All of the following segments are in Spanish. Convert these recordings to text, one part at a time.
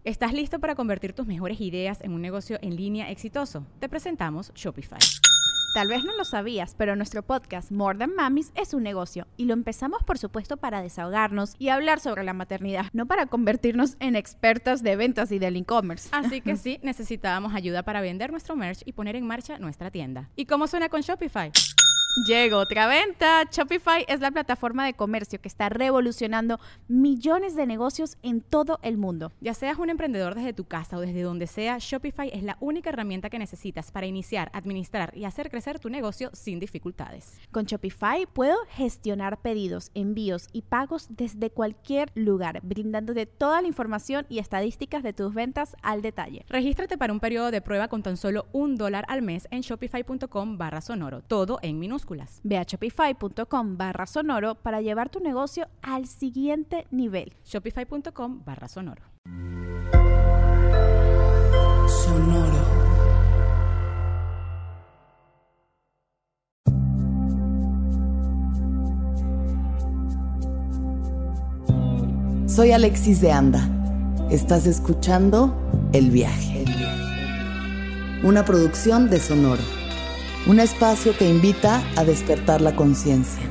¿Estás listo para convertir tus mejores ideas en un negocio en línea exitoso? Te presentamos Shopify. Tal vez no lo sabías, pero nuestro podcast More Than Mamis es un negocio y lo empezamos por supuesto para desahogarnos y hablar sobre la maternidad, no para convertirnos en expertas de ventas y del e-commerce. Así que sí, necesitábamos ayuda para vender nuestro merch y poner en marcha nuestra tienda. ¿Y cómo suena con Shopify? Llegó otra venta. Shopify es la plataforma de comercio que está revolucionando millones de negocios en todo el mundo. Ya seas un emprendedor desde tu casa o desde donde sea, Shopify es la única herramienta que necesitas para iniciar, administrar y hacer crecer tu negocio sin dificultades. Con Shopify puedo gestionar pedidos, envíos y pagos desde cualquier lugar, brindándote toda la información y estadísticas de tus ventas al detalle. Regístrate para un periodo de prueba con tan solo $1 al mes en shopify.com/sonoro, todo en minúsculas. Ve a shopify.com/sonoro para llevar tu negocio al siguiente nivel. Shopify.com/sonoro. Sonoro. Soy Alexis de Anda. Estás escuchando El Viaje. Una producción de Sonoro. Un espacio que invita a despertar la conciencia.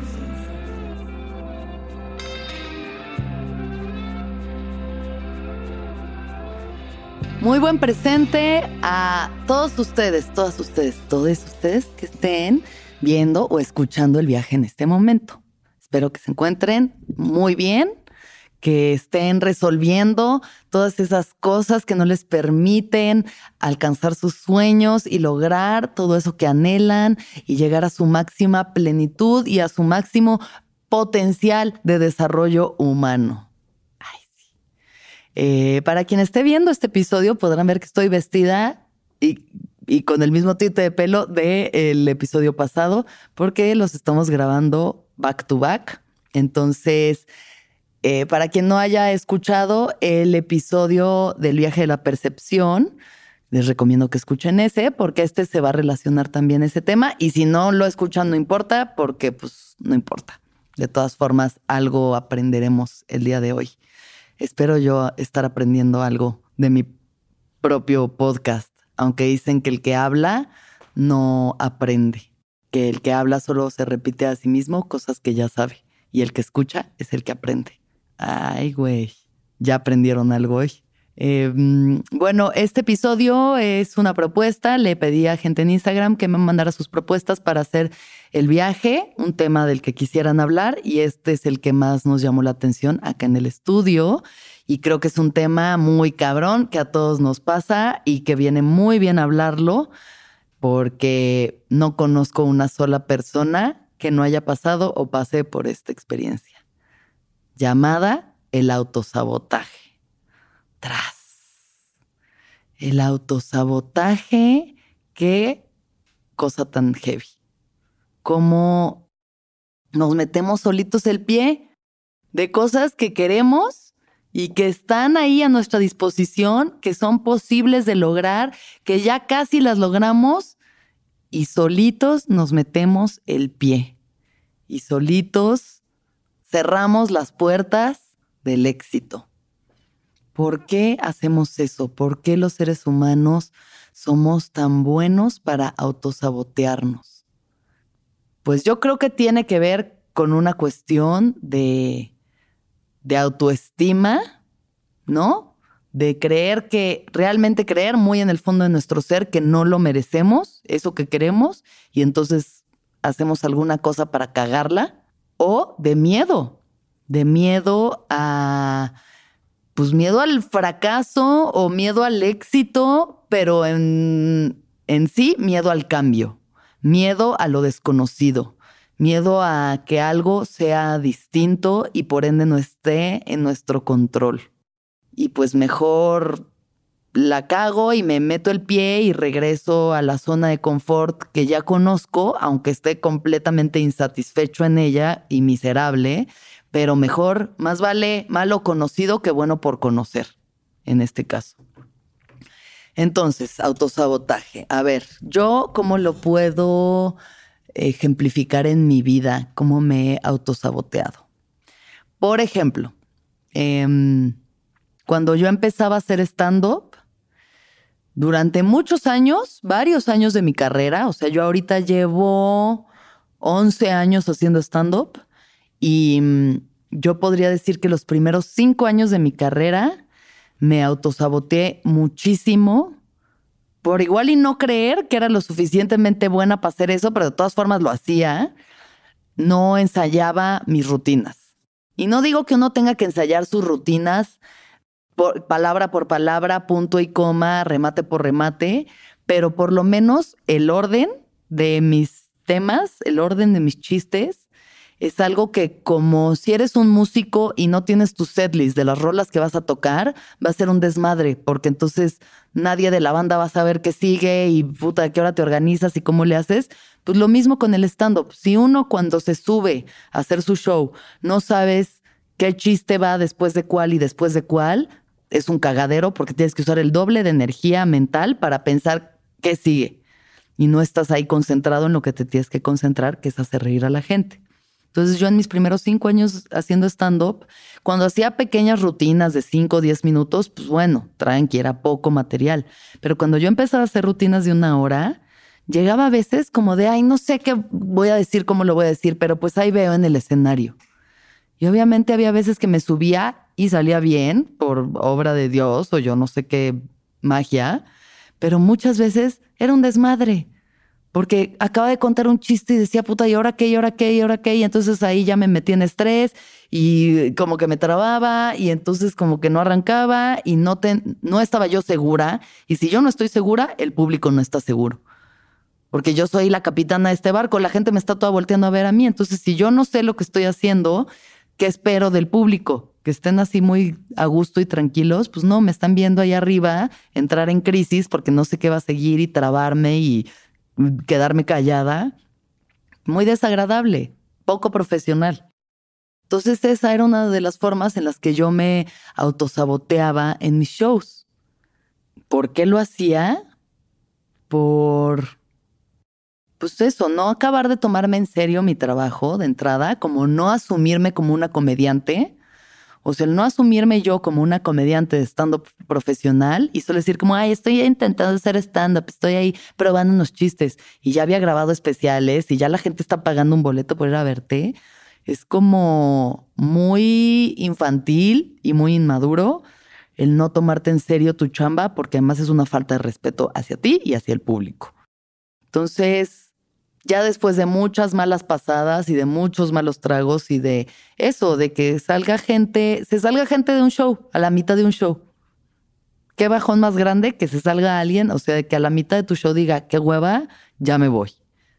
Muy buen presente a todos ustedes, todos ustedes que estén viendo o escuchando El Viaje en este momento. Espero que se encuentren muy bien, que estén resolviendo todas esas cosas que no les permiten alcanzar sus sueños y lograr todo eso que anhelan y llegar a su máxima plenitud y a su máximo potencial de desarrollo humano. Ay, sí. Para quien esté viendo este episodio podrán ver que estoy vestida y con el mismo tinte de pelo del episodio pasado porque los estamos grabando back to back. Entonces, para quien no haya escuchado el episodio del viaje de la percepción, les recomiendo que escuchen ese porque este se va a relacionar también a ese tema. Y si no lo escuchan, no importa porque pues no importa. De todas formas, algo aprenderemos el día de hoy. Espero yo estar aprendiendo algo de mi propio podcast, aunque dicen que el que habla no aprende, que el que habla solo se repite a sí mismo cosas que ya sabe y el que escucha es el que aprende. Ay, güey, ya aprendieron algo hoy. Bueno, este episodio es una propuesta. Le pedí a gente en Instagram que me mandara sus propuestas para hacer el viaje, un tema del que quisieran hablar, y este es el que más nos llamó la atención acá en el estudio. Y creo que es un tema muy cabrón que a todos nos pasa y que viene muy bien hablarlo porque no conozco una sola persona que no haya pasado o pase por esta experiencia. Llamada el autosabotaje. El autosabotaje, qué cosa tan heavy. Cómo nos metemos solitos el pie de cosas que queremos y que están ahí a nuestra disposición, que son posibles de lograr, que ya casi las logramos y solitos nos metemos el pie. Y solitos cerramos las puertas del éxito. ¿Por qué hacemos eso? ¿Por qué los seres humanos somos tan buenos para autosabotearnos? Pues yo creo que tiene que ver con una cuestión de autoestima, ¿no? De realmente creer muy en el fondo de nuestro ser que no lo merecemos, eso que queremos, y entonces hacemos alguna cosa para cagarla. O de miedo pues miedo al fracaso o miedo al éxito, pero en sí miedo al cambio, miedo a lo desconocido, miedo a que algo sea distinto y por ende no esté en nuestro control. Y pues mejor la cago y me meto el pie y regreso a la zona de confort que ya conozco, aunque esté completamente insatisfecho en ella y miserable, pero mejor, más vale malo conocido que bueno por conocer, en este caso. Entonces, autosabotaje. A ver, ¿yo cómo lo puedo ejemplificar en mi vida? ¿Cómo me he autosaboteado? Por ejemplo, cuando yo empezaba a hacer stand-up, durante muchos años, varios años de mi carrera, o sea, yo ahorita llevo 11 años haciendo stand-up y yo podría decir que los primeros 5 años de mi carrera me autosaboteé muchísimo por igual y no creer que era lo suficientemente buena para hacer eso, pero de todas formas lo hacía. No ensayaba mis rutinas. Y no digo que uno tenga que ensayar sus rutinas palabra por palabra, punto y coma, remate por remate, pero por lo menos el orden de mis temas, el orden de mis chistes, es algo que como si eres un músico y no tienes tu setlist de las rolas que vas a tocar, va a ser un desmadre, porque entonces nadie de la banda va a saber qué sigue y puta, ¿a qué hora te organizas y cómo le haces? Pues lo mismo con el stand-up. Si uno cuando se sube a hacer su show no sabes qué chiste va después de cuál y después de cuál, es un cagadero porque tienes que usar el doble de energía mental para pensar qué sigue. Y no estás ahí concentrado en lo que te tienes que concentrar, que es hacer reír a la gente. Entonces yo en mis primeros 5 años haciendo stand-up, cuando hacía pequeñas rutinas de 5 o 10 minutos, pues bueno, tranqui, era poco material. Pero cuando yo empezaba a hacer rutinas de 1 hora, llegaba a veces como de, ay, no sé qué voy a decir, cómo lo voy a decir, pero pues ahí veo en el escenario. Y obviamente había veces que me subía y salía bien por obra de Dios o yo no sé qué magia, pero muchas veces era un desmadre. Porque acaba de contar un chiste y decía, puta, ¿y ahora qué? ¿Y ahora qué? ¿Y ahora qué? Y entonces ahí ya me metí en estrés y como que me trababa y entonces como que no arrancaba y no estaba yo segura. Y si yo no estoy segura, el público no está seguro. Porque yo soy la capitana de este barco, la gente me está toda volteando a ver a mí. Entonces, si yo no sé lo que estoy haciendo, ¿qué espero del público? Que estén así muy a gusto y tranquilos. Pues no, me están viendo ahí arriba entrar en crisis porque no sé qué va a seguir y trabarme y quedarme callada, muy desagradable, poco profesional. Entonces esa era una de las formas en las que yo me autosaboteaba en mis shows. ¿Por qué lo hacía? Pues eso, no acabar de tomarme en serio mi trabajo de entrada, como no asumirme como una comediante. O sea, el no asumirme yo como una comediante de stand-up profesional y solo decir como, ay, estoy intentando hacer stand-up, estoy ahí probando unos chistes y ya había grabado especiales y ya la gente está pagando un boleto por ir a verte, es como muy infantil y muy inmaduro el no tomarte en serio tu chamba porque además es una falta de respeto hacia ti y hacia el público. Entonces, ya después de muchas malas pasadas y de muchos malos tragos y de eso, de que se salga gente de un show, a la mitad de un show. ¿Qué bajón más grande que se salga alguien? O sea, de que a la mitad de tu show diga, qué hueva, ya me voy.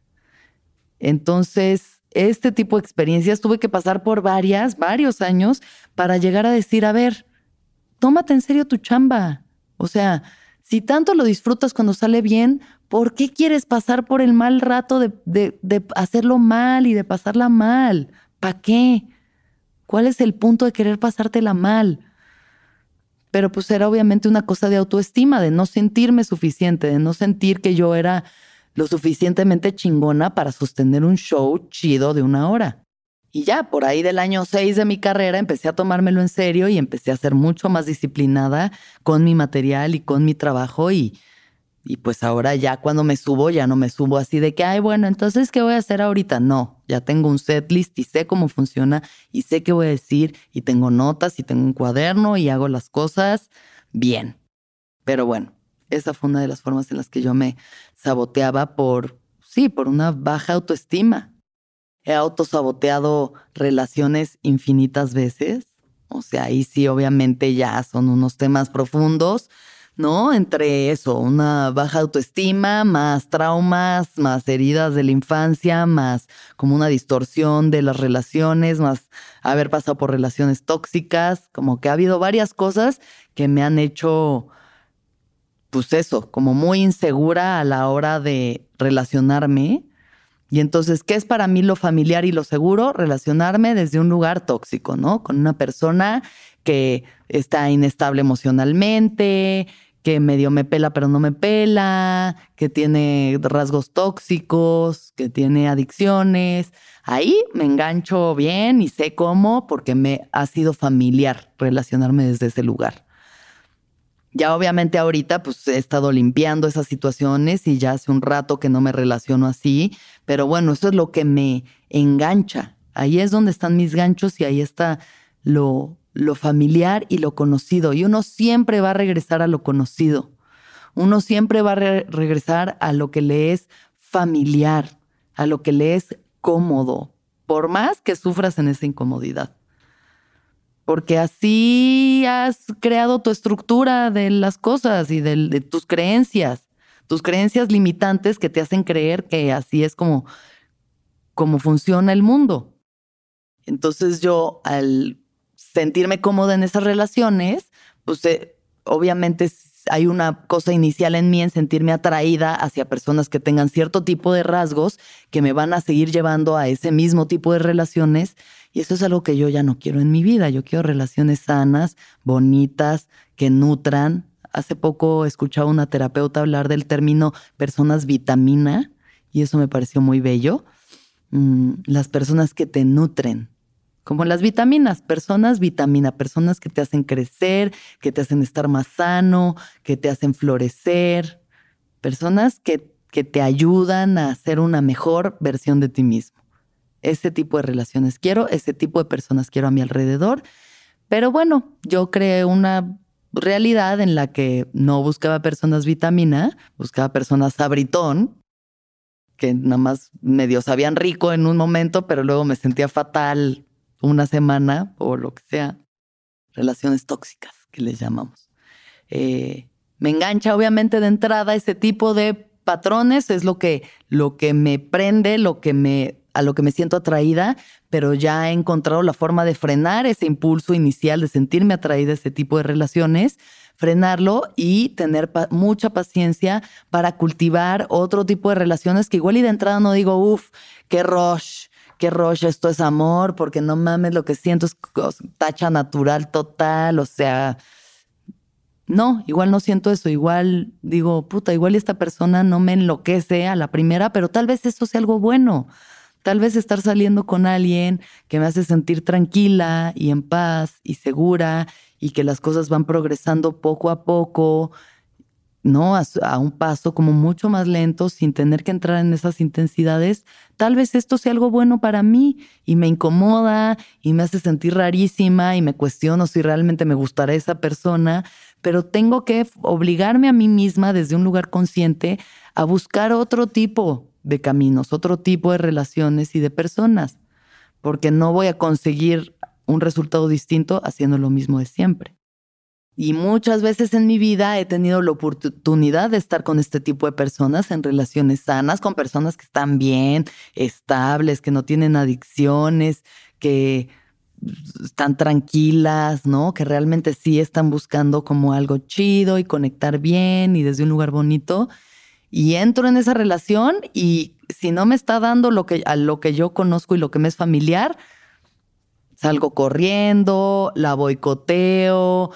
Entonces, este tipo de experiencias tuve que pasar por varios años para llegar a decir, a ver, tómate en serio tu chamba. O sea, si tanto lo disfrutas cuando sale bien, ¿por qué quieres pasar por el mal rato de hacerlo mal y de pasarla mal? ¿Para qué? ¿Cuál es el punto de querer pasártela mal? Pero pues era obviamente una cosa de autoestima, de no sentirme suficiente, de no sentir que yo era lo suficientemente chingona para sostener un show chido de 1 hora. Y ya, por ahí del año 6 de mi carrera empecé a tomármelo en serio y empecé a ser mucho más disciplinada con mi material y con mi trabajo y pues ahora ya cuando me subo, ya no me subo así de que, ay, bueno, entonces, ¿qué voy a hacer ahorita? No, ya tengo un setlist y sé cómo funciona y sé qué voy a decir y tengo notas y tengo un cuaderno y hago las cosas bien. Pero bueno, esa fue una de las formas en las que yo me saboteaba por una baja autoestima. He autosaboteado relaciones infinitas veces. O sea, ahí sí, obviamente ya son unos temas profundos, ¿no? Entre eso, una baja autoestima, más traumas, más heridas de la infancia, más como una distorsión de las relaciones, más haber pasado por relaciones tóxicas, como que ha habido varias cosas que me han hecho, pues eso, como muy insegura a la hora de relacionarme. Y entonces, ¿qué es para mí lo familiar y lo seguro? Relacionarme desde un lugar tóxico, ¿no? Con una persona que está inestable emocionalmente, que medio me pela pero no me pela, que tiene rasgos tóxicos, que tiene adicciones. Ahí me engancho bien y sé cómo porque me ha sido familiar relacionarme desde ese lugar. Ya obviamente ahorita pues he estado limpiando esas situaciones y ya hace un rato que no me relaciono así, pero bueno, eso es lo que me engancha. Ahí es donde están mis ganchos y ahí está lo familiar y lo conocido. Y uno siempre va a regresar a lo conocido. Uno siempre va a regresar a lo que le es familiar, a lo que le es cómodo, por más que sufras en esa incomodidad. Porque así has creado tu estructura de las cosas y de tus creencias limitantes que te hacen creer que así es como funciona el mundo. Entonces yo, al sentirme cómoda en esas relaciones, pues obviamente hay una cosa inicial en mí en sentirme atraída hacia personas que tengan cierto tipo de rasgos que me van a seguir llevando a ese mismo tipo de relaciones. Y eso es algo que yo ya no quiero en mi vida. Yo quiero relaciones sanas, bonitas, que nutran. Hace poco escuchaba una terapeuta hablar del término personas vitamina y eso me pareció muy bello. Las personas que te nutren. Como las vitaminas, personas vitamina, personas que te hacen crecer, que te hacen estar más sano, que te hacen florecer, personas que te ayudan a ser una mejor versión de ti mismo. Ese tipo de relaciones quiero, ese tipo de personas quiero a mi alrededor. Pero bueno, yo creé una realidad en la que no buscaba personas vitamina, buscaba personas sabritón, que nada más medio sabían rico en un momento, pero luego me sentía fatal una semana o lo que sea. Relaciones tóxicas, que les llamamos. Me engancha obviamente de entrada ese tipo de patrones, es lo que me prende, a lo que me siento atraída, pero ya he encontrado la forma de frenar ese impulso inicial de sentirme atraída a ese tipo de relaciones, frenarlo y tener mucha paciencia para cultivar otro tipo de relaciones que igual y de entrada no digo, qué rush, esto es amor, porque no mames, lo que siento es tacha natural total, o sea, no, igual no siento eso, igual digo, igual esta persona no me enloquece a la primera, pero tal vez eso sea algo bueno. Tal vez estar saliendo con alguien que me hace sentir tranquila y en paz y segura y que las cosas van progresando poco a poco, ¿no? A un paso como mucho más lento, sin tener que entrar en esas intensidades. Tal vez esto sea algo bueno para mí y me incomoda y me hace sentir rarísima y me cuestiono si realmente me gustará esa persona, pero tengo que obligarme a mí misma desde un lugar consciente a buscar otro tipo de caminos, otro tipo de relaciones y de personas, porque no voy a conseguir un resultado distinto haciendo lo mismo de siempre. Y muchas veces en mi vida he tenido la oportunidad de estar con este tipo de personas en relaciones sanas, con personas que están bien, estables, que no tienen adicciones, que están tranquilas, ¿no? Que realmente sí están buscando como algo chido y conectar bien y desde un lugar bonito. Y entro en esa relación y si no me está dando a lo que yo conozco y lo que me es familiar, salgo corriendo, la boicoteo,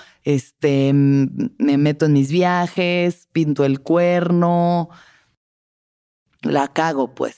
me meto en mis viajes, pinto el cuerno, la cago pues,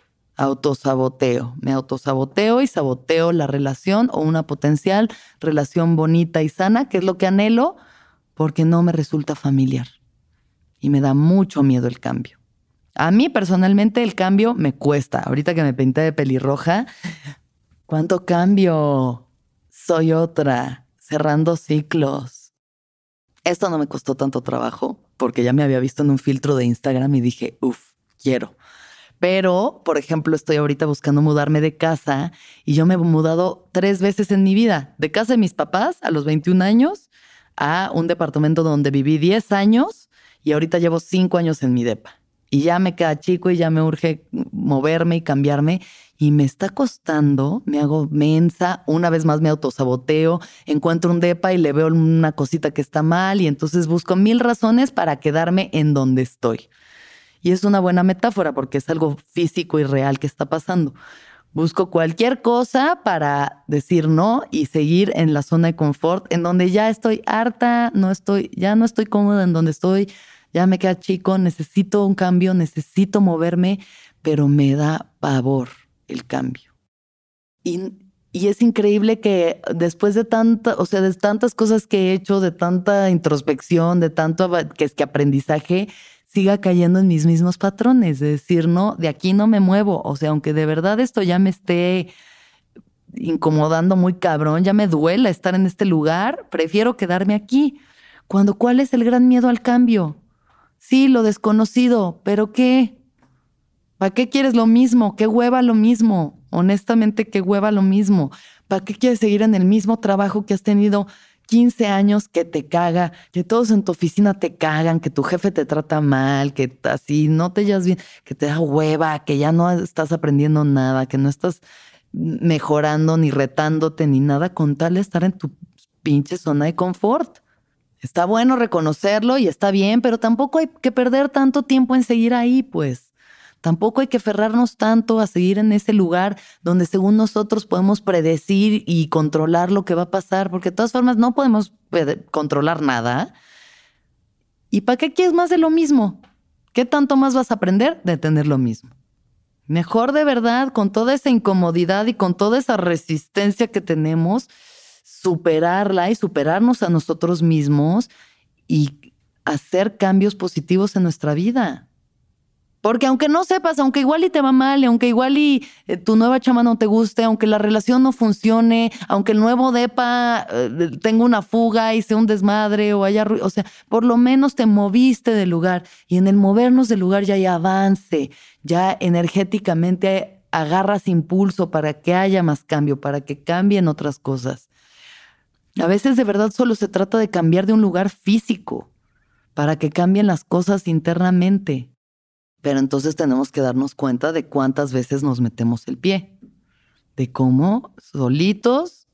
me autosaboteo y saboteo la relación o una potencial relación bonita y sana, que es lo que anhelo, porque no me resulta familiar y me da mucho miedo el cambio. A mí personalmente el cambio me cuesta. Ahorita que me pinté de pelirroja, ¿cuánto cambio? Soy otra, cerrando ciclos. Esto no me costó tanto trabajo porque ya me había visto en un filtro de Instagram y dije, quiero. Pero, por ejemplo, estoy ahorita buscando mudarme de casa y yo me he mudado 3 veces en mi vida. De casa de mis papás a los 21 años a un departamento donde viví 10 años y ahorita llevo 5 años en mi depa. Y ya me queda chico y ya me urge moverme y cambiarme. Y me está costando, me hago mensa, una vez más me autosaboteo, encuentro un depa y le veo una cosita que está mal y entonces busco 1000 razones para quedarme en donde estoy. Y es una buena metáfora porque es algo físico y real que está pasando. Busco cualquier cosa para decir no y seguir en la zona de confort, en donde ya estoy harta, ya no estoy cómoda en donde estoy, ya me queda chico, necesito un cambio, necesito moverme, pero me da pavor el cambio. Y Y es increíble que después de de tantas cosas que he hecho, de tanta introspección, de tanto que aprendizaje, siga cayendo en mis mismos patrones, de decir, no, de aquí no me muevo. O sea, aunque de verdad esto ya me esté incomodando muy cabrón, ya me duela estar en este lugar, prefiero quedarme aquí. ¿Cuál es el gran miedo al cambio? Sí, lo desconocido, pero ¿qué? ¿Para qué quieres lo mismo? ¿Qué hueva lo mismo? Honestamente, qué hueva lo mismo. ¿Para qué quieres seguir en el mismo trabajo que has tenido 15 años que te caga, que todos en tu oficina te cagan, que tu jefe te trata mal, que así no te llevas bien, que te da hueva, que ya no estás aprendiendo nada, que no estás mejorando ni retándote ni nada con tal de estar en tu pinche zona de confort? Está bueno reconocerlo y está bien, pero tampoco hay que perder tanto tiempo en seguir ahí, pues. Tampoco hay que aferrarnos tanto a seguir en ese lugar donde según nosotros podemos predecir y controlar lo que va a pasar, porque de todas formas no podemos controlar nada. ¿Y para qué quieres más de lo mismo? ¿Qué tanto más vas a aprender de tener lo mismo? Mejor de verdad, con toda esa incomodidad y con toda esa resistencia que tenemos, superarla y superarnos a nosotros mismos y hacer cambios positivos en nuestra vida. Porque aunque no sepas, aunque igual y te va mal, aunque igual y tu nueva chama no te guste, aunque la relación no funcione, aunque el nuevo depa tenga una fuga y sea un desmadre o haya ruido, o sea, por lo menos te moviste del lugar. Y en el movernos del lugar ya hay avance, ya energéticamente agarras impulso para que haya más cambio, para que cambien otras cosas. A veces de verdad solo se trata de cambiar de un lugar físico para que cambien las cosas internamente. Pero entonces tenemos que darnos cuenta de cuántas veces nos metemos el pie, de cómo solitos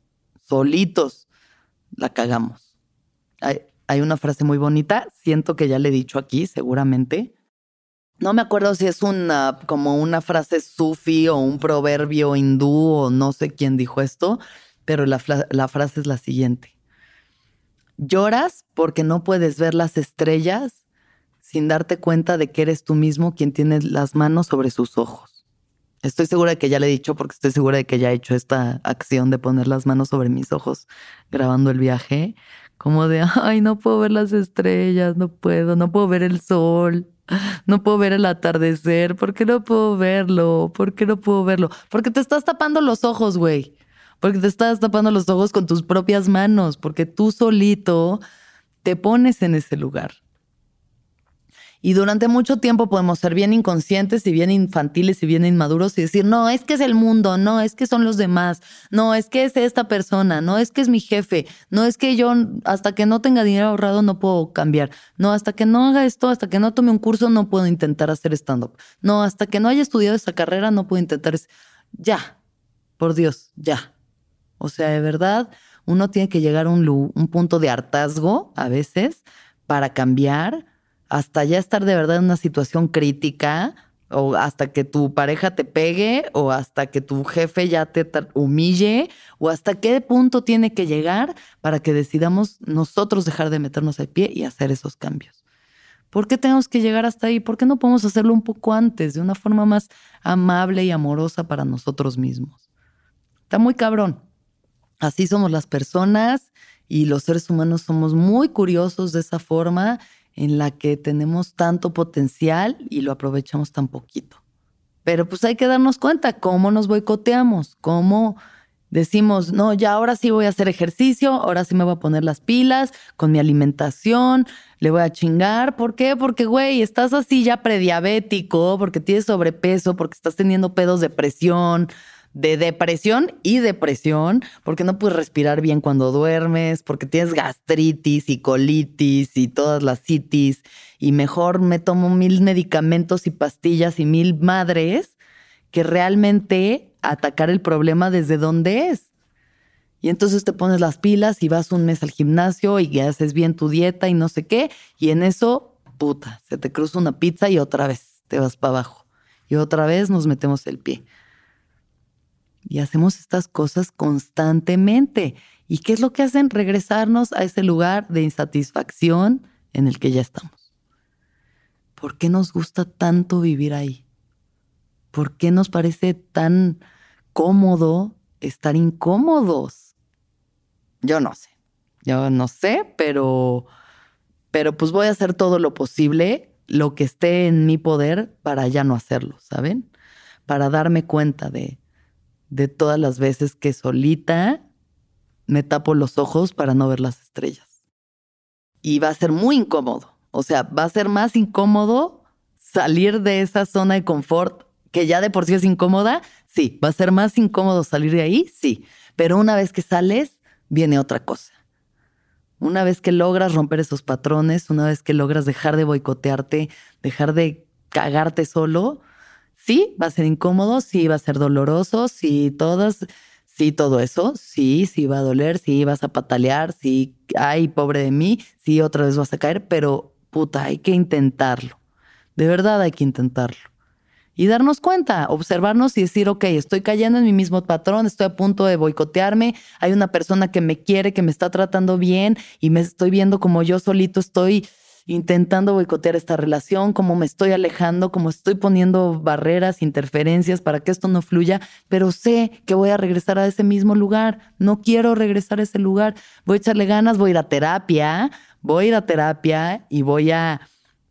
la cagamos. Hay una frase muy bonita, siento que ya le he dicho aquí seguramente. No me acuerdo si es como una frase sufi o un proverbio hindú o no sé quién dijo esto, pero la frase es la siguiente. Lloras porque no puedes ver las estrellas sin darte cuenta de que eres tú mismo quien tiene las manos sobre sus ojos. Estoy segura de que ya le he dicho porque estoy segura de que ya he hecho esta acción de poner las manos sobre mis ojos grabando el viaje. Como de, ay, no puedo ver las estrellas, no puedo ver el sol, no puedo ver el atardecer. ¿Por qué no puedo verlo? ¿Por qué no puedo verlo? Porque te estás tapando los ojos, güey. Porque te estás tapando los ojos con tus propias manos, porque tú solito te pones en ese lugar. Y durante mucho tiempo podemos ser bien inconscientes y bien infantiles y bien inmaduros y decir, no, es que es el mundo, no, es que son los demás, no, es que es esta persona, no, es que es mi jefe, no, es que yo hasta que no tenga dinero ahorrado no puedo cambiar, no, hasta que no haga esto, hasta que no tome un curso no puedo intentar hacer stand-up, no, hasta que no haya estudiado esa carrera no puedo intentar. Ya, por Dios, ya. O sea, de verdad, uno tiene que llegar a un punto de hartazgo a veces para cambiar, hasta ya estar de verdad en una situación crítica, o hasta que tu pareja te pegue, o hasta que tu jefe ya te humille, o hasta qué punto tiene que llegar para que decidamos nosotros dejar de meternos al pie y hacer esos cambios. ¿Por qué tenemos que llegar hasta ahí? ¿Por qué no podemos hacerlo un poco antes, de una forma más amable y amorosa para nosotros mismos? Está muy cabrón. Así somos las personas y los seres humanos somos muy curiosos de esa forma en la que tenemos tanto potencial y lo aprovechamos tan poquito. Pero pues hay que darnos cuenta cómo nos boicoteamos, cómo decimos, no, ya ahora sí voy a hacer ejercicio, ahora sí me voy a poner las pilas con mi alimentación, le voy a chingar. ¿Por qué? Porque, güey, estás así ya prediabético, porque tienes sobrepeso, porque estás teniendo pedos de presión, de depresión y depresión, porque no puedes respirar bien cuando duermes, porque tienes gastritis y colitis y todas las citis, y mejor me tomo 1000 medicamentos y pastillas y 1000 madres que realmente atacar el problema desde donde es. Y entonces te pones las pilas y vas un mes al gimnasio y haces bien tu dieta y no sé qué, y en eso, puta, se te cruza una pizza y otra vez te vas para abajo. Y otra vez nos metemos el pie. Y hacemos estas cosas constantemente. ¿Y qué es lo que hacen? Regresarnos a ese lugar de insatisfacción en el que ya estamos. ¿Por qué nos gusta tanto vivir ahí? ¿Por qué nos parece tan cómodo estar incómodos. Yo no sé, pero pues voy a hacer todo lo posible, lo que esté en mi poder para ya no hacerlo, ¿saben? Para darme cuenta de todas las veces que solita me tapo los ojos para no ver las estrellas. Y va a ser muy incómodo. O sea, va a ser más incómodo salir de esa zona de confort que ya de por sí es incómoda. Sí, va a ser más incómodo salir de ahí, sí. Pero una vez que sales, viene otra cosa. Una vez que logras romper esos patrones, una vez que logras dejar de boicotearte, dejar de cagarte solo, sí, va a ser incómodo, sí, va a ser doloroso, sí, todo eso, sí va a doler, sí, vas a patalear, sí, ay, pobre de mí, sí, otra vez vas a caer, pero puta, hay que intentarlo. De verdad hay que intentarlo. Y darnos cuenta, observarnos y decir, ok, estoy cayendo en mi mismo patrón, estoy a punto de boicotearme, hay una persona que me quiere, que me está tratando bien y me estoy viendo como yo solito estoy intentando boicotear esta relación, como me estoy alejando, como estoy poniendo barreras, interferencias para que esto no fluya, pero sé que voy a regresar a ese mismo lugar. No quiero regresar a ese lugar. Voy a echarle ganas, voy a ir a terapia y voy a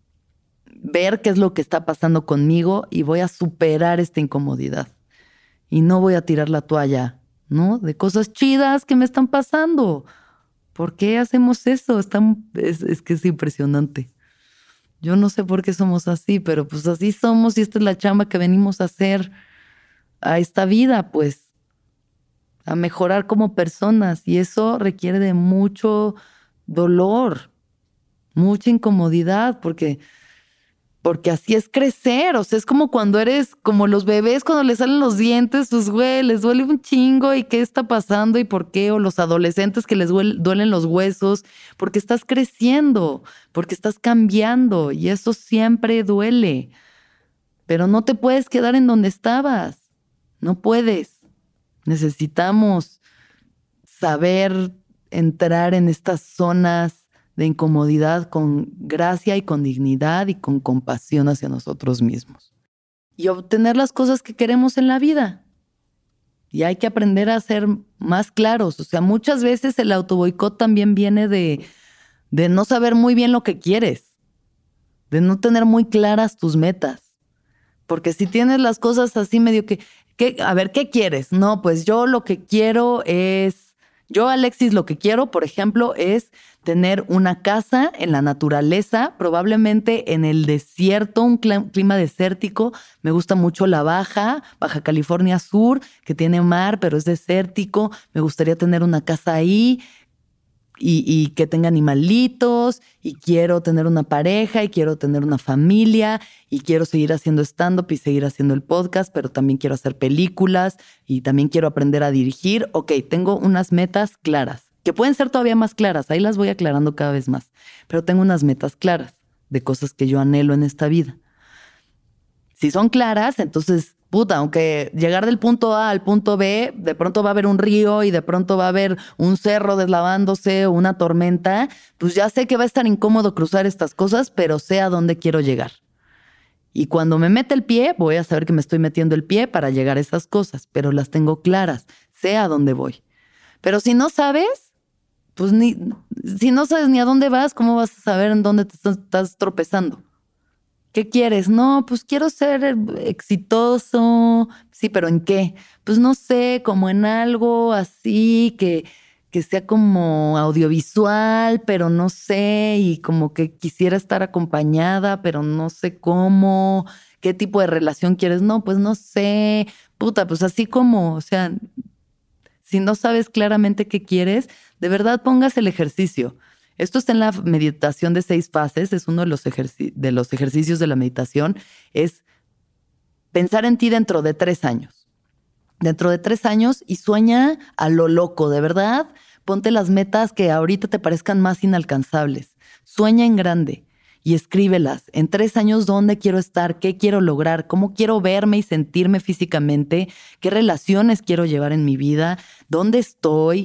ver qué es lo que está pasando conmigo y voy a superar esta incomodidad. Y no voy a tirar la toalla, ¿no? De cosas chidas que me están pasando. ¿Por qué hacemos eso? Es que es impresionante. Yo no sé por qué somos así, pero pues así somos y esta es la chamba que venimos a hacer a esta vida, pues, a mejorar como personas. Y eso requiere de mucho dolor, mucha incomodidad, porque así es crecer. O sea, es como cuando eres como los bebés cuando les salen los dientes, pues güey, les duele un chingo y qué está pasando y por qué, o los adolescentes que les duelen los huesos, porque estás creciendo, porque estás cambiando y eso siempre duele. Pero no te puedes quedar en donde estabas, no puedes. Necesitamos saber entrar en estas zonas de incomodidad con gracia y con dignidad y con compasión hacia nosotros mismos. Y obtener las cosas que queremos en la vida. Y hay que aprender a ser más claros. O sea, muchas veces el autoboicot también viene de no saber muy bien lo que quieres, de no tener muy claras tus metas. Porque si tienes las cosas así medio a ver, ¿qué quieres? No, pues yo lo que quiero es... Yo, Alexis, lo que quiero, por ejemplo, es tener una casa en la naturaleza, probablemente en el desierto, un clima desértico. Me gusta mucho la Baja California Sur, que tiene mar, pero es desértico. Me gustaría tener una casa ahí y que tenga animalitos, y quiero tener una pareja, y quiero tener una familia, y quiero seguir haciendo stand-up y seguir haciendo el podcast, pero también quiero hacer películas y también quiero aprender a dirigir. Ok, tengo unas metas claras, que pueden ser todavía más claras, ahí las voy aclarando cada vez más, pero tengo unas metas claras de cosas que yo anhelo en esta vida. Si son claras, entonces, puta, aunque llegar del punto A al punto B, de pronto va a haber un río y de pronto va a haber un cerro deslavándose o una tormenta, pues ya sé que va a estar incómodo cruzar estas cosas, pero sé a dónde quiero llegar. Y cuando me mete el pie, voy a saber que me estoy metiendo el pie para llegar a esas cosas, pero las tengo claras, sé a dónde voy. Pero si no sabes, pues si no sabes ni a dónde vas, ¿cómo vas a saber en dónde te estás tropezando? ¿Qué quieres? No, pues quiero ser exitoso. Sí, pero ¿en qué? Pues no sé, como en algo así que sea como audiovisual, pero no sé, y como que quisiera estar acompañada, pero no sé cómo. ¿Qué tipo de relación quieres? No, pues no sé. Puta, pues así como, o sea, si no sabes claramente qué quieres, de verdad pongas el ejercicio. Esto está en la meditación de 6 fases, es uno de los ejercicios de la meditación, es pensar en ti dentro de 3 años. Dentro de 3 años y sueña a lo loco, de verdad. Ponte las metas que ahorita te parezcan más inalcanzables. Sueña en grande y escríbelas. En 3 años, ¿dónde quiero estar? ¿Qué quiero lograr? ¿Cómo quiero verme y sentirme físicamente? ¿Qué relaciones quiero llevar en mi vida? ¿Dónde estoy?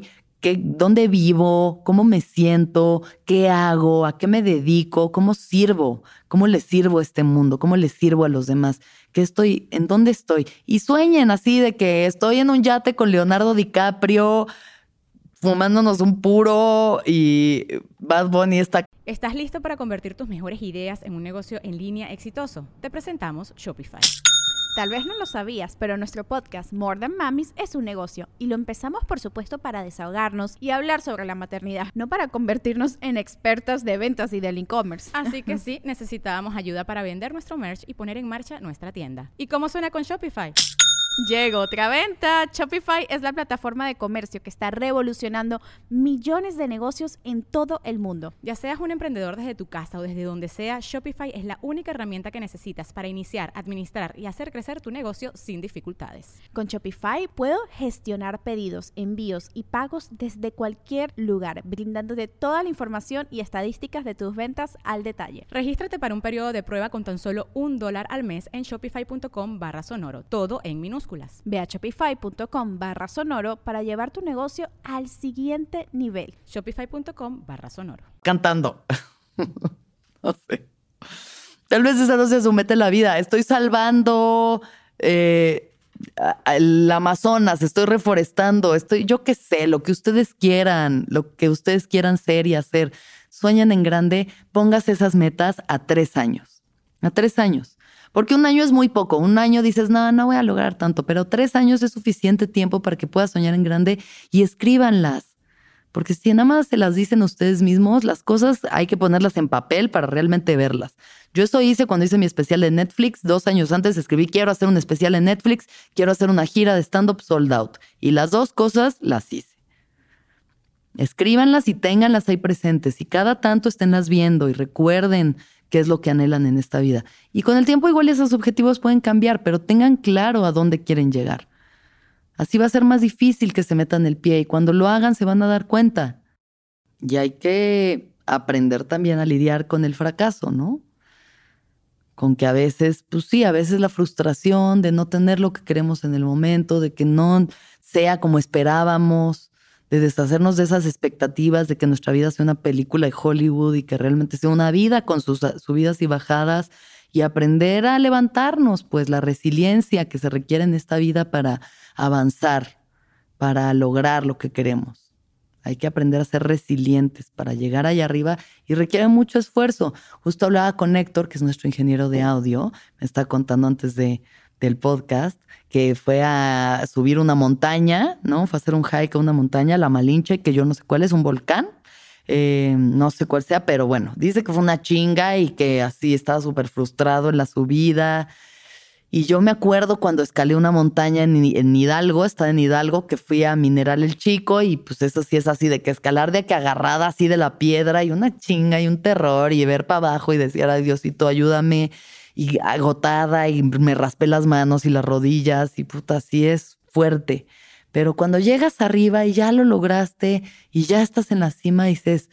¿Dónde vivo? ¿Cómo me siento? ¿Qué hago? ¿A qué me dedico? ¿Cómo sirvo? ¿Cómo le sirvo a este mundo? ¿Cómo le sirvo a los demás? ¿En dónde estoy? Y sueñen así de que estoy en un yate con Leonardo DiCaprio, fumándonos un puro y Bad Bunny está... ¿Estás listo para convertir tus mejores ideas en un negocio en línea exitoso? Te presentamos Shopify. Tal vez no lo sabías, pero nuestro podcast More Than Mamis es un negocio y lo empezamos por supuesto para desahogarnos y hablar sobre la maternidad, no para convertirnos en expertas de ventas y del e-commerce. Así que sí, necesitábamos ayuda para vender nuestro merch y poner en marcha nuestra tienda. ¿Y cómo suena con Shopify? Llegó otra venta. Shopify es la plataforma de comercio que está revolucionando millones de negocios en todo el mundo. Ya seas un emprendedor desde tu casa o desde donde sea, Shopify es la única herramienta que necesitas para iniciar, administrar y hacer crecer tu negocio sin dificultades. Con Shopify puedo gestionar pedidos, envíos y pagos desde cualquier lugar, brindándote toda la información y estadísticas de tus ventas al detalle. Regístrate para un periodo de prueba con tan solo $1 al mes en shopify.com/sonoro, todo en minúsculas. Ve a shopify.com/sonoro para llevar tu negocio al siguiente nivel. Shopify.com/sonoro. Cantando. No sé. Tal vez esa no sea su meta en la vida. Estoy salvando el Amazonas, estoy reforestando, yo qué sé, lo que ustedes quieran ser y hacer. Sueñan en grande, póngase esas metas a 3 años. A 3 años. Porque 1 año es muy poco. 1 año dices, no voy a lograr tanto, pero 3 años es suficiente tiempo para que puedas soñar en grande y escríbanlas. Porque si nada más se las dicen ustedes mismos, las cosas hay que ponerlas en papel para realmente verlas. Yo eso hice cuando hice mi especial de Netflix. 2 años antes escribí, quiero hacer un especial en Netflix, quiero hacer una gira de stand-up sold out. Y las 2 cosas las hice. Escríbanlas y ténganlas ahí presentes. Y cada tanto esténlas viendo y recuerden qué es lo que anhelan en esta vida. Y con el tiempo igual esos objetivos pueden cambiar, pero tengan claro a dónde quieren llegar. Así va a ser más difícil que se metan el pie y cuando lo hagan se van a dar cuenta. Y hay que aprender también a lidiar con el fracaso, ¿no? Con que a veces, a veces la frustración de no tener lo que queremos en el momento, de que no sea como esperábamos, de deshacernos de esas expectativas de que nuestra vida sea una película de Hollywood y que realmente sea una vida con sus subidas y bajadas y aprender a levantarnos, pues la resiliencia que se requiere en esta vida para avanzar, para lograr lo que queremos. Hay que aprender a ser resilientes para llegar allá arriba y requiere mucho esfuerzo. Justo hablaba con Héctor, que es nuestro ingeniero de audio, me está contando antes del podcast, que fue a subir una montaña, ¿no? Fue a hacer un hike a una montaña, la Malinche, que yo no sé cuál es, un volcán. No sé cuál sea, pero bueno, dice que fue una chinga y que así estaba súper frustrado en la subida. Y yo me acuerdo cuando escalé una montaña en Hidalgo, estaba en Hidalgo, que fui a Mineral el Chico y pues eso sí es así de que escalar de que agarrada así de la piedra y una chinga y un terror y ver para abajo y decir, ay Diosito, ayúdame. Y agotada y me raspé las manos y las rodillas y así es fuerte. Pero cuando llegas arriba y ya lo lograste y ya estás en la cima, dices,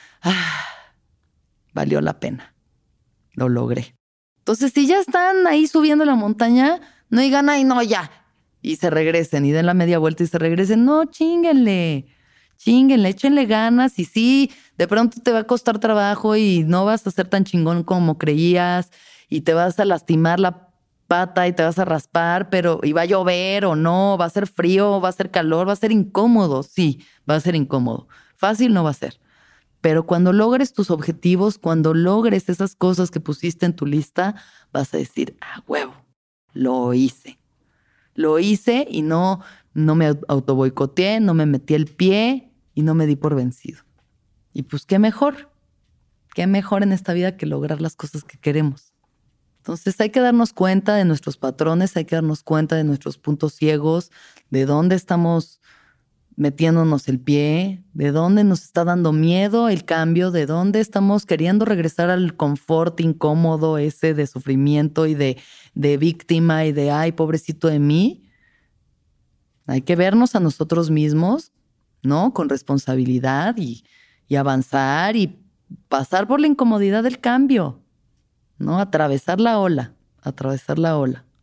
valió la pena, lo logré. Entonces, si ya están ahí subiendo la montaña, no digan, ay, no, ya. Y se regresen y den la media vuelta y se regresen. No, chínguenle, échenle ganas. Y sí, de pronto te va a costar trabajo y no vas a ser tan chingón como creías y te vas a lastimar la pata y te vas a raspar, pero y va a llover o no, va a ser frío, va a ser calor, va a ser incómodo. Sí, va a ser incómodo. Fácil no va a ser. Pero cuando logres tus objetivos, cuando logres esas cosas que pusiste en tu lista, vas a decir, huevo, lo hice. Lo hice y no me autoboicoteé, no me metí el pie y no me di por vencido. Y pues qué mejor en esta vida que lograr las cosas que queremos. Entonces hay que darnos cuenta de nuestros patrones, hay que darnos cuenta de nuestros puntos ciegos, de dónde estamos metiéndonos el pie, de dónde nos está dando miedo el cambio, de dónde estamos queriendo regresar al confort incómodo ese de sufrimiento y de víctima y de ay, pobrecito de mí. Hay que vernos a nosotros mismos, ¿no? Con responsabilidad y avanzar y pasar por la incomodidad del cambio, ¿no? Atravesar la ola.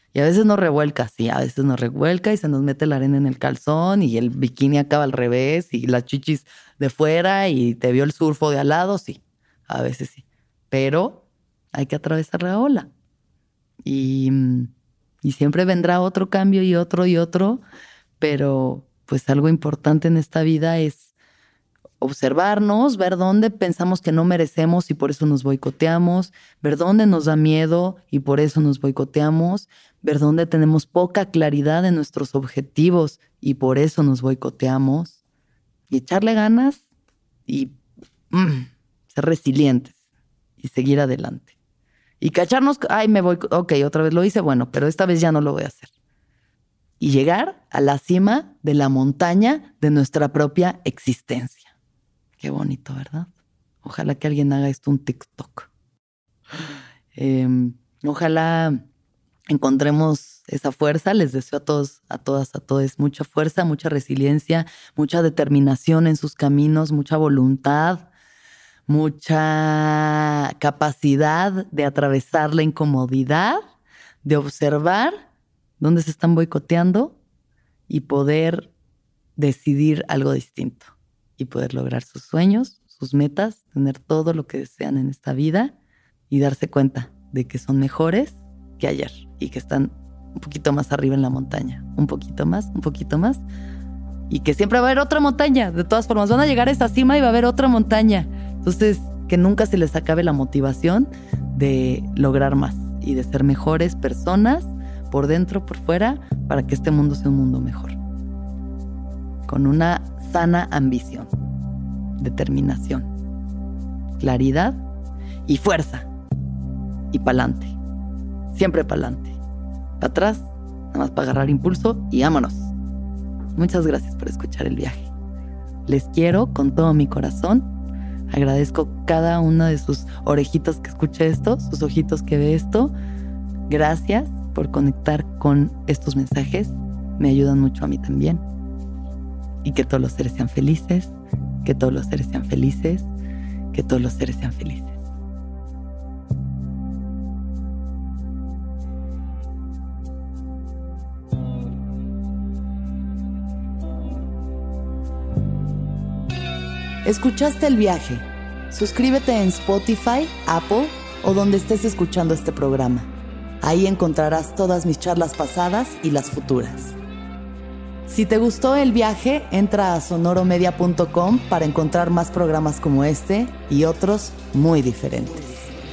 Y a veces nos revuelca, sí, a veces nos revuelca y se nos mete la arena en el calzón y el bikini acaba al revés y las chichis de fuera y te vio el surfo de al lado, sí, a veces sí. Pero hay que atravesar la ola. Y siempre vendrá otro cambio y otro, pero pues algo importante en esta vida es observarnos, ver dónde pensamos que no merecemos y por eso nos boicoteamos, ver dónde nos da miedo y por eso nos boicoteamos, ver dónde tenemos poca claridad en nuestros objetivos y por eso nos boicoteamos, y echarle ganas y ser resilientes y seguir adelante. Y cacharnos, me voy, ok, otra vez lo hice, bueno, pero esta vez ya no lo voy a hacer. Y llegar a la cima de la montaña de nuestra propia existencia. Qué bonito, ¿verdad? Ojalá que alguien haga esto un TikTok. Ojalá encontremos esa fuerza. Les deseo a todos, a todas, a todos mucha fuerza, mucha resiliencia, mucha determinación en sus caminos, mucha voluntad, mucha capacidad de atravesar la incomodidad, de observar dónde se están boicoteando y poder decidir algo distinto y poder lograr sus sueños, sus metas, tener todo lo que desean en esta vida y darse cuenta de que son mejores que ayer y que están un poquito más arriba en la montaña, un poquito más y que siempre va a haber otra montaña. De todas formas, van a llegar a esa cima y va a haber otra montaña. Entonces, que nunca se les acabe la motivación de lograr más y de ser mejores personas por dentro, por fuera, para que este mundo sea un mundo mejor. Con una sana ambición, determinación, claridad y fuerza. Y pa'lante. Siempre pa'lante. Para atrás, nada más para agarrar impulso y vámonos. Muchas gracias por escuchar el viaje. Les quiero con todo mi corazón. Agradezco cada una de sus orejitas que escuche esto, sus ojitos que ve esto. Gracias por conectar con estos mensajes. Me ayudan mucho a mí también. Y que todos los seres sean felices, que todos los seres sean felices, que todos los seres sean felices. ¿Escuchaste el viaje? Suscríbete en Spotify, Apple o donde estés escuchando este programa. Ahí encontrarás todas mis charlas pasadas y las futuras. Si te gustó el viaje, entra a sonoromedia.com para encontrar más programas como este y otros muy diferentes.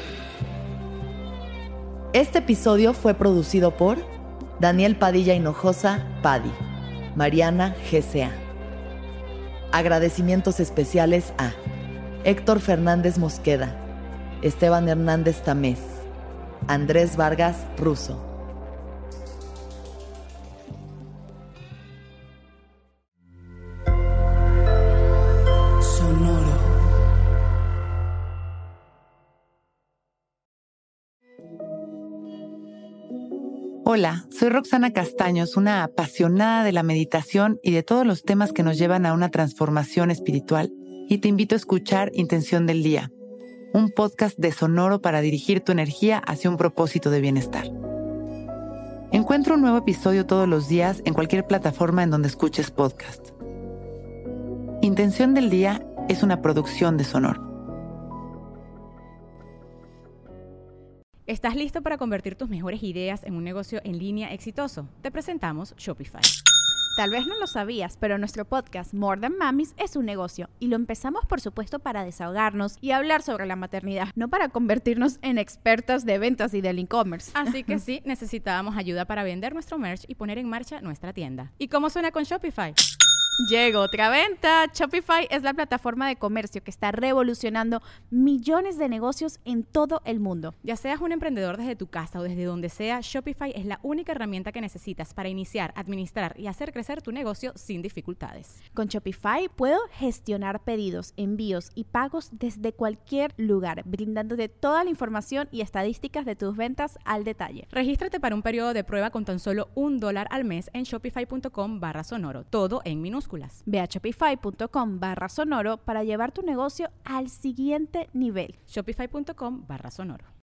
Este episodio fue producido por Daniel Padilla Hinojosa, Padi, Mariana GCA. Agradecimientos especiales a Héctor Fernández Mosqueda, Esteban Hernández Tamés, Andrés Vargas Russo. Sonoro. Hola, soy Roxana Castaños, una apasionada de la meditación y de todos los temas que nos llevan a una transformación espiritual, y te invito a escuchar Intención del Día, un podcast de Sonoro para dirigir tu energía hacia un propósito de bienestar. Encuentra un nuevo episodio todos los días en cualquier plataforma en donde escuches podcast. Intención del Día es una producción de Sonoro. ¿Estás listo para convertir tus mejores ideas en un negocio en línea exitoso? Te presentamos Shopify. Tal vez no lo sabías, pero nuestro podcast More Than Mamis es un negocio y lo empezamos por supuesto para desahogarnos y hablar sobre la maternidad, no para convertirnos en expertas de ventas y del e-commerce. Así que sí, necesitábamos ayuda para vender nuestro merch y poner en marcha nuestra tienda. ¿Y cómo suena con Shopify? Llegó otra venta. Shopify es la plataforma de comercio que está revolucionando millones de negocios en todo el mundo. Ya seas un emprendedor desde tu casa o desde donde sea, Shopify es la única herramienta que necesitas para iniciar, administrar y hacer crecer tu negocio sin dificultades. Con Shopify puedo gestionar pedidos, envíos y pagos desde cualquier lugar, brindándote toda la información y estadísticas de tus ventas al detalle. Regístrate para un periodo de prueba con tan solo $1 al mes en shopify.com/sonoro, todo en minúsculas. Ve a shopify.com/sonoro para llevar tu negocio al siguiente nivel. Shopify.com/sonoro.